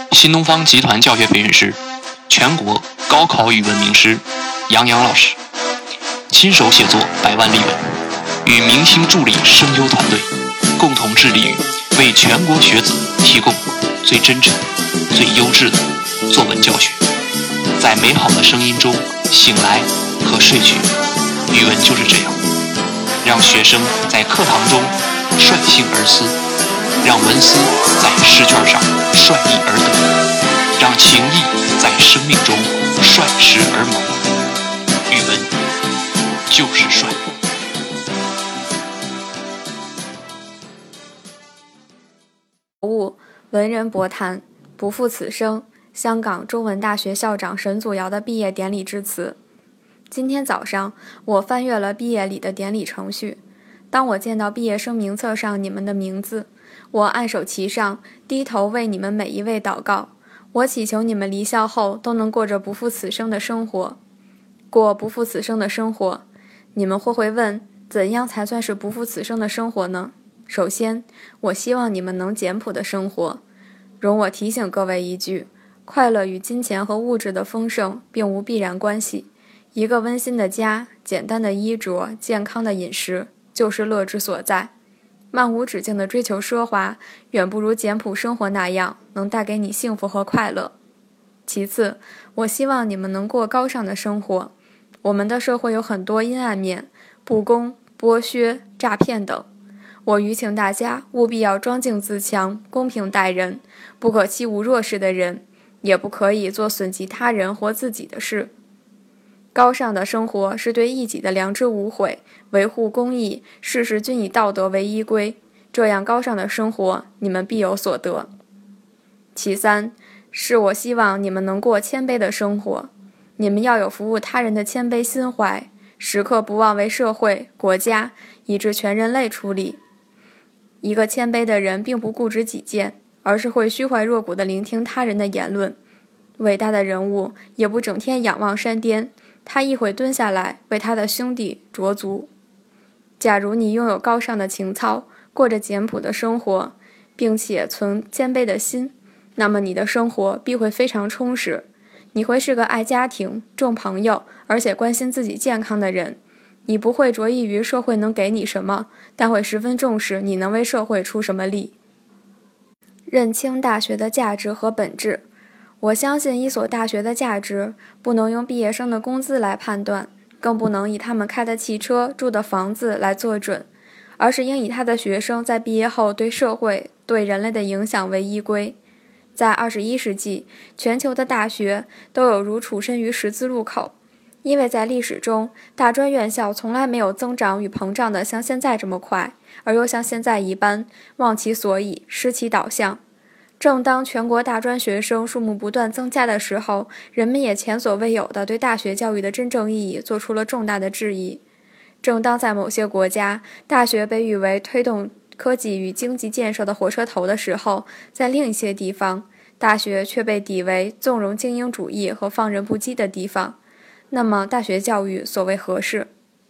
新东方集团教学培训师，全国高考语文名师杨洋老师，亲手写作100万例文，与明星助理声优团队共同致力于为全国学子提供最真诚、最优质的作文教学。在美好的声音中醒来和睡去，语文就是这样，让学生在课堂中率性而思，让文思在试卷上率意而得，让情谊在生命中率时而萌。语文就是帅。 文人博谈，不负此生。香港中文大学校长沈祖尧的毕业典礼致辞。今天早上，我翻阅了毕业礼的典礼程序。当我见到毕业生名册上你们的名字，我按手其上，低头为你们每一位祷告。我祈求你们离校后都能过着不负此生的生活。过不负此生的生活，你们会问，怎样才算是不负此生的生活呢？首先，我希望你们能简朴的生活。容我提醒各位一句，快乐与金钱和物质的丰盛并无必然关系。一个温馨的家，简单的衣着，健康的饮食，就是乐之所在。漫无止境的追求奢华，远不如简朴生活那样能带给你幸福和快乐。其次，我希望你们能过高尚的生活。我们的社会有很多阴暗面，不公、剥削、诈骗等。我吁请大家务必要庄敬自强，公平待人，不可欺侮弱势的人，也不可以做损及他人或自己的事。高尚的生活是对异己的良知无悔，维护公义，事事均以道德为依归。这样高尚的生活，你们必有所得。其三，是我希望你们能过谦卑的生活。你们要有服务他人的谦卑心怀，时刻不忘为社会、国家以至全人类出力。一个谦卑的人并不固执己见，而是会虚怀若谷地聆听他人的言论。伟大的人物也不整天仰望山巅，他亦会蹲下来为他的兄弟濯足。假如你拥有高尚的情操，过着简朴的生活，并且存谦卑的心，那么你的生活必会非常充实。你会是个爱家庭、重朋友，而且关心自己健康的人。你不会着意于社会能给你什么，但会十分重视你能为社会出什么力。认清大学的价值和本质。我相信一所大学的价值不能用毕业生的工资来判断，更不能以他们开的汽车、住的房子来做准，而是应以他的学生在毕业后对社会、对人类的影响为依归。在21世纪，全球的大学都有如处身于十字路口，因为在历史中，大专院校从来没有增长与膨胀的像现在这么快，而又像现在一般忘其所以，失其导向。正当全国大专学生数目不断增加的时候，人们也前所未有地对大学教育的真正意义做出了重大的质疑。正当在某些国家，大学被誉为推动科技与经济建设的火车头的时候，在另一些地方，大学却被抵为纵容精英主义和放任不羁的地方。那么大学教育所谓何事？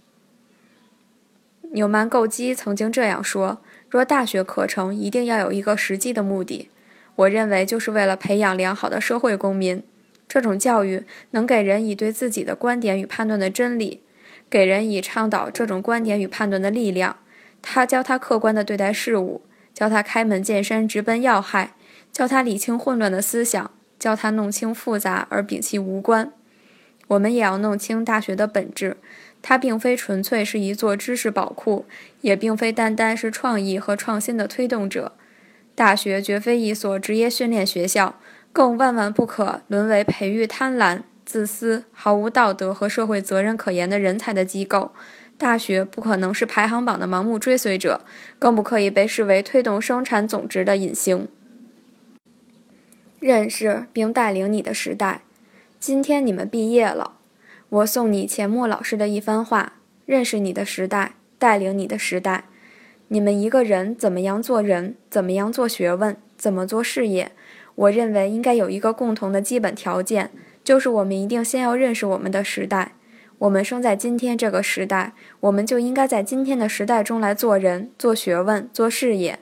纽曼构基曾经这样说，若大学课程一定要有一个实际的目的，我认为就是为了培养良好的社会公民。这种教育能给人以对自己的观点与判断的真理，给人以倡导这种观点与判断的力量。他教他客观地对待事物，教他开门见山直奔要害，教他理清混乱的思想，教他弄清复杂而摒弃无关。我们也要弄清大学的本质，它并非纯粹是一座知识宝库，也并非单单是创意和创新的推动者。大学绝非一所职业训练学校，更万万不可沦为培育贪婪、自私、毫无道德和社会责任可言的人才的机构。大学不可能是排行榜的盲目追随者，更不可以被视为推动生产总值的隐形。认识并带领你的时代。今天你们毕业了，我送你钱穆老师的一番话：认识你的时代，带领你的时代。你们一个人怎么样做人，怎么样做学问，怎么做事业，我认为应该有一个共同的基本条件，就是我们一定先要认识我们的时代。我们生在今天这个时代，我们就应该在今天的时代中来做人、做学问、做事业。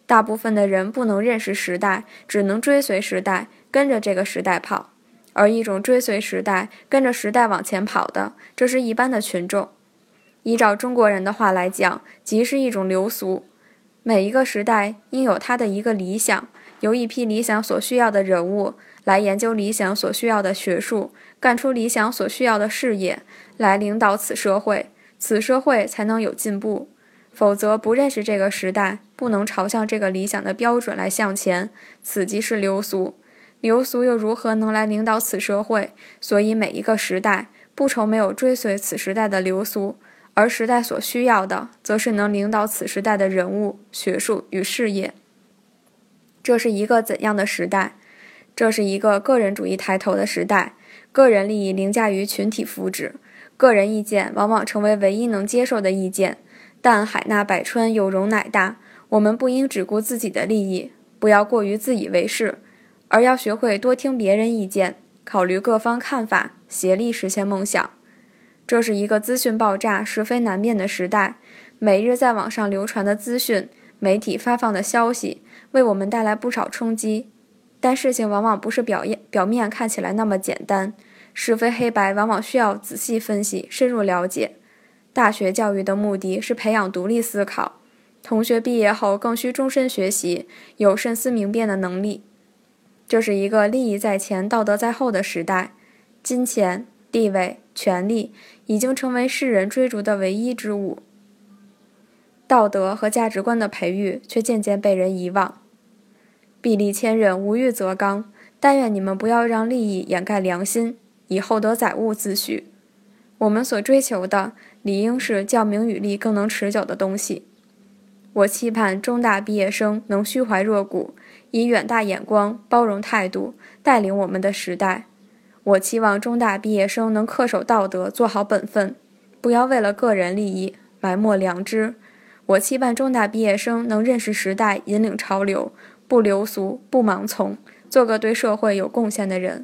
大部分的人不能认识时代，只能追随时代，跟着这个时代跑。而一种追随时代，跟着时代往前跑的，这是一般的群众。依照中国人的话来讲，即是一种流俗。每一个时代应有它的一个理想，由一批理想所需要的人物来研究理想所需要的学术，干出理想所需要的事业，来领导此社会，此社会才能有进步。否则不认识这个时代，不能朝向这个理想的标准来向前，此即是流俗。流俗又如何能来领导此社会？所以每一个时代不愁没有追随此时代的流俗，而时代所需要的则是能领导此时代的人物、学术与事业。这是一个怎样的时代？这是一个个人主义抬头的时代，个人利益凌驾于群体福祉，个人意见往往成为唯一能接受的意见。但海纳百川，有容乃大，我们不应只顾自己的利益，不要过于自以为是，而要学会多听别人意见，考虑各方看法，协力实现梦想。这是一个资讯爆炸、是非难辨的时代，每日在网上流传的资讯、媒体发放的消息，为我们带来不少冲击。但事情往往不是表面看起来那么简单，是非黑白往往需要仔细分析、深入了解。大学教育的目的是培养独立思考，同学毕业后更需终身学习，有慎思明辨的能力。这是一个利益在前、道德在后的时代，金钱、地位、权力已经成为世人追逐的唯一之物，道德和价值观的培育却渐渐被人遗忘。臂力千仞，无欲则刚，但愿你们不要让利益掩盖良心，以厚德载物自诩。我们所追求的理应是较名与利更能持久的东西。我期盼中大毕业生能虚怀若谷，以远大眼光、包容态度带领我们的时代。我期望中大毕业生能恪守道德，做好本分，不要为了个人利益埋没良知。我期盼中大毕业生能认识时代，引领潮流，不流俗，不盲从，做个对社会有贡献的人。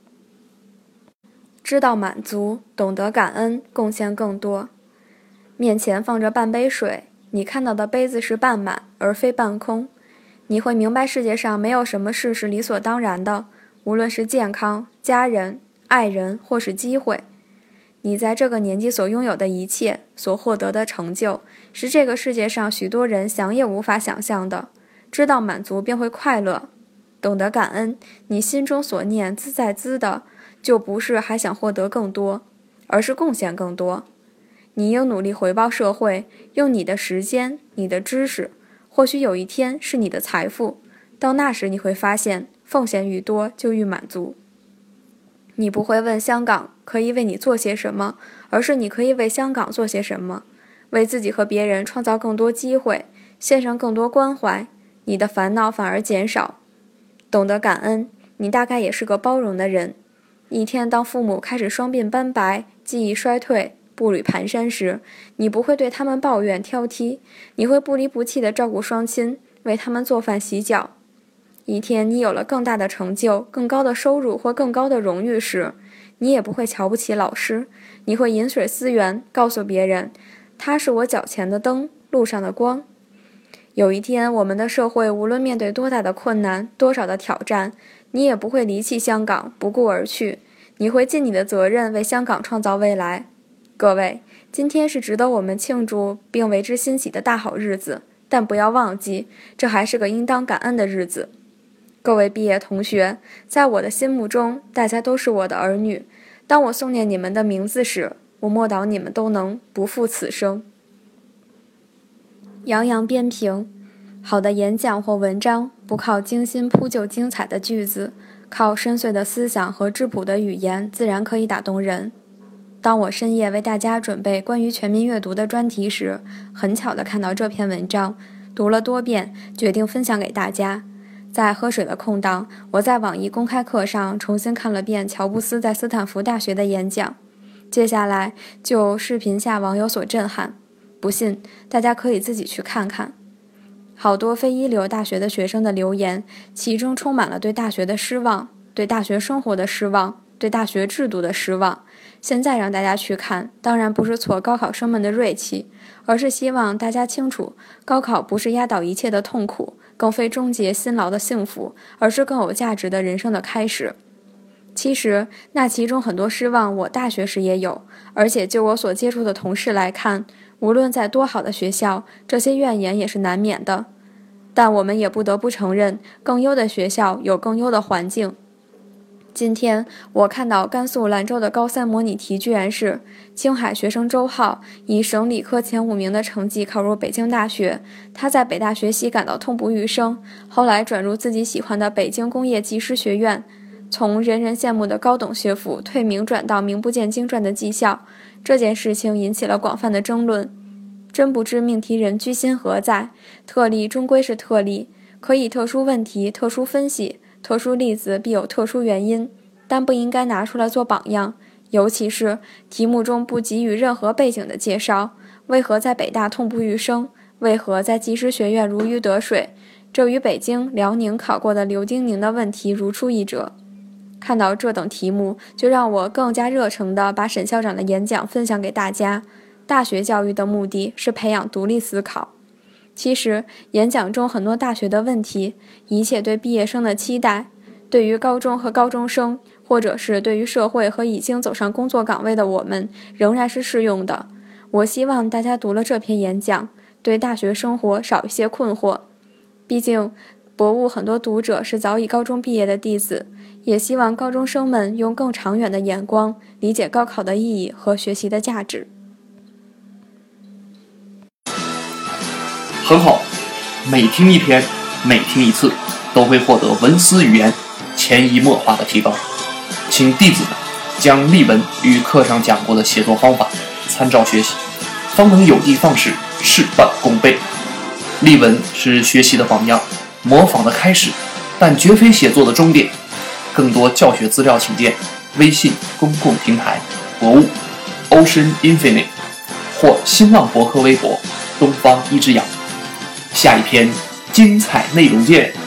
知道满足，懂得感恩，贡献更多。面前放着半杯水，你看到的杯子是半满而非半空。你会明白世界上没有什么事是理所当然的，无论是健康、家人、爱人或是机会。你在这个年纪所拥有的一切，所获得的成就，是这个世界上许多人想也无法想象的。知道满足便会快乐，懂得感恩，你心中所念自在兹的，就不是还想获得更多，而是贡献更多。你应努力回报社会，用你的时间、你的知识，或许有一天是你的财富。到那时你会发现，奉献愈多就愈满足。你不会问香港可以为你做些什么，而是你可以为香港做些什么，为自己和别人创造更多机会，献上更多关怀，你的烦恼反而减少。懂得感恩，你大概也是个包容的人。一天当父母开始双鬓斑白、记忆衰退、步履蹒跚时，你不会对他们抱怨挑剔，你会不离不弃地照顾双亲，为他们做饭洗脚。一天你有了更大的成就、更高的收入或更高的荣誉时，你也不会瞧不起老师，你会饮水思源，告诉别人，他是我脚前的灯，路上的光。有一天我们的社会无论面对多大的困难、多少的挑战，你也不会离弃香港，不顾而去，你会尽你的责任为香港创造未来。各位，今天是值得我们庆祝并为之欣喜的大好日子，但不要忘记，这还是个应当感恩的日子。各位毕业同学，在我的心目中，大家都是我的儿女。当我诵念你们的名字时，我默祷你们都能不负此生。洋洋边评：好的演讲或文章，不靠精心铺就精彩的句子，靠深邃的思想和质朴的语言，自然可以打动人。当我深夜为大家准备关于全民阅读的专题时，很巧地看到这篇文章，读了多遍，决定分享给大家。在喝水的空档，我在网易公开课上重新看了遍乔布斯在斯坦福大学的演讲。接下来就视频下网友所震撼，不信大家可以自己去看看。好多非一流大学的学生的留言，其中充满了对大学的失望，对大学生活的失望，对大学制度的失望。现在让大家去看，当然不是挫高考生们的锐气，而是希望大家清楚，高考不是压倒一切的痛苦， 更非终结辛劳的幸福，而是更有价值的人生的开始。其实，那其中很多失望，我大学时也有，而且就我所接触的同事来看，无论在多好的学校，这些怨言也是难免的。但我们也不得不承认，更优的学校有更优的环境。今天我看到甘肃兰州的高三模拟题居然是青海学生周浩以省理科前5名的成绩考入北京大学，他在北大学习感到痛不欲生，后来转入自己喜欢的北京工业技师学院，从人人羡慕的高等学府退名转到名不见经传的技校。这件事情引起了广泛的争论，真不知命题人居心何在。特例终归是特例，可以特殊问题特殊分析，特殊例子必有特殊原因，但不应该拿出来做榜样。尤其是题目中不给予任何背景的介绍，为何在北大痛不欲生？为何在技师学院如鱼得水？这与北京、辽宁考过的刘丁宁的问题如出一辙。看到这等题目，就让我更加热诚地把沈校长的演讲分享给大家。大学教育的目的是培养独立思考。其实，演讲中很多大学的问题，一切对毕业生的期待，对于高中和高中生，或者是对于社会和已经走上工作岗位的我们，仍然是适用的。我希望大家读了这篇演讲，对大学生活少一些困惑。毕竟，博物很多读者是早已高中毕业的弟子，也希望高中生们用更长远的眼光，理解高考的意义和学习的价值。 很好，每听一篇，每听一次，都会获得文思语言潜移默化的提高。请弟子们将例文与课上讲过的写作方法参照学习，方能有的放矢，事半功倍。例文是学习的榜样，模仿的开始，但绝非写作的终点。更多教学资料请见微信公共平台博物 Ocean Infinite 或新浪博客微博东方一只羊。下一篇精彩内容见。